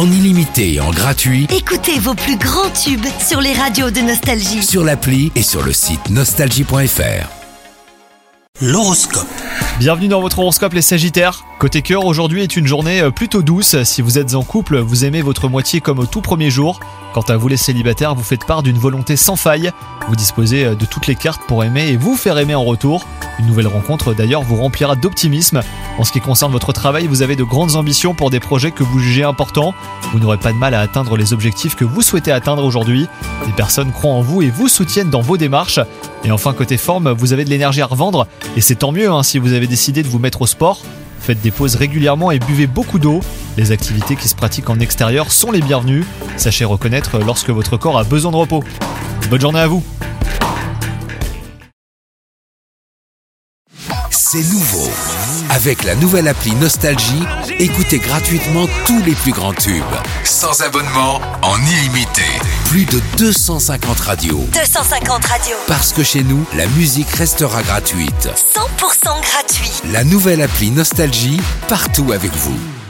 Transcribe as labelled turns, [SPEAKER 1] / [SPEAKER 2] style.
[SPEAKER 1] en illimité et en gratuit
[SPEAKER 2] Écoutez vos plus grands tubes sur les radios de Nostalgie.
[SPEAKER 1] sur l'appli et sur le site nostalgie.fr. L'horoscope.
[SPEAKER 3] Bienvenue dans votre horoscope les Sagittaires. Côté cœur, aujourd'hui est une journée plutôt douce. Si vous êtes en couple, vous aimez votre moitié comme au tout premier jour. Quant à vous les célibataires, vous faites part d'une volonté sans faille. Vous disposez de toutes les cartes pour aimer et vous faire aimer en retour. Une nouvelle rencontre d'ailleurs vous remplira d'optimisme. En ce qui concerne votre travail, vous avez de grandes ambitions pour des projets que vous jugez importants. Vous n'aurez pas de mal à atteindre les objectifs que vous souhaitez atteindre aujourd'hui. Des personnes croient en vous et vous soutiennent dans vos démarches. Et enfin côté forme, vous avez de l'énergie à revendre et c'est tant mieux si vous avez décidé de vous mettre au sport. Faites des pauses régulièrement et buvez beaucoup d'eau. Les activités qui se pratiquent en extérieur sont les bienvenues. Sachez reconnaître lorsque votre corps a besoin de repos. Bonne journée à vous.
[SPEAKER 1] C'est nouveau. Avec la nouvelle appli Nostalgie, écoutez gratuitement tous les plus grands tubes. Sans abonnement, en illimité. Plus de 250 radios.
[SPEAKER 2] 250 radios.
[SPEAKER 1] Parce que chez nous, la musique restera gratuite.
[SPEAKER 2] 100% gratuit.
[SPEAKER 1] La nouvelle appli Nostalgie, partout avec vous.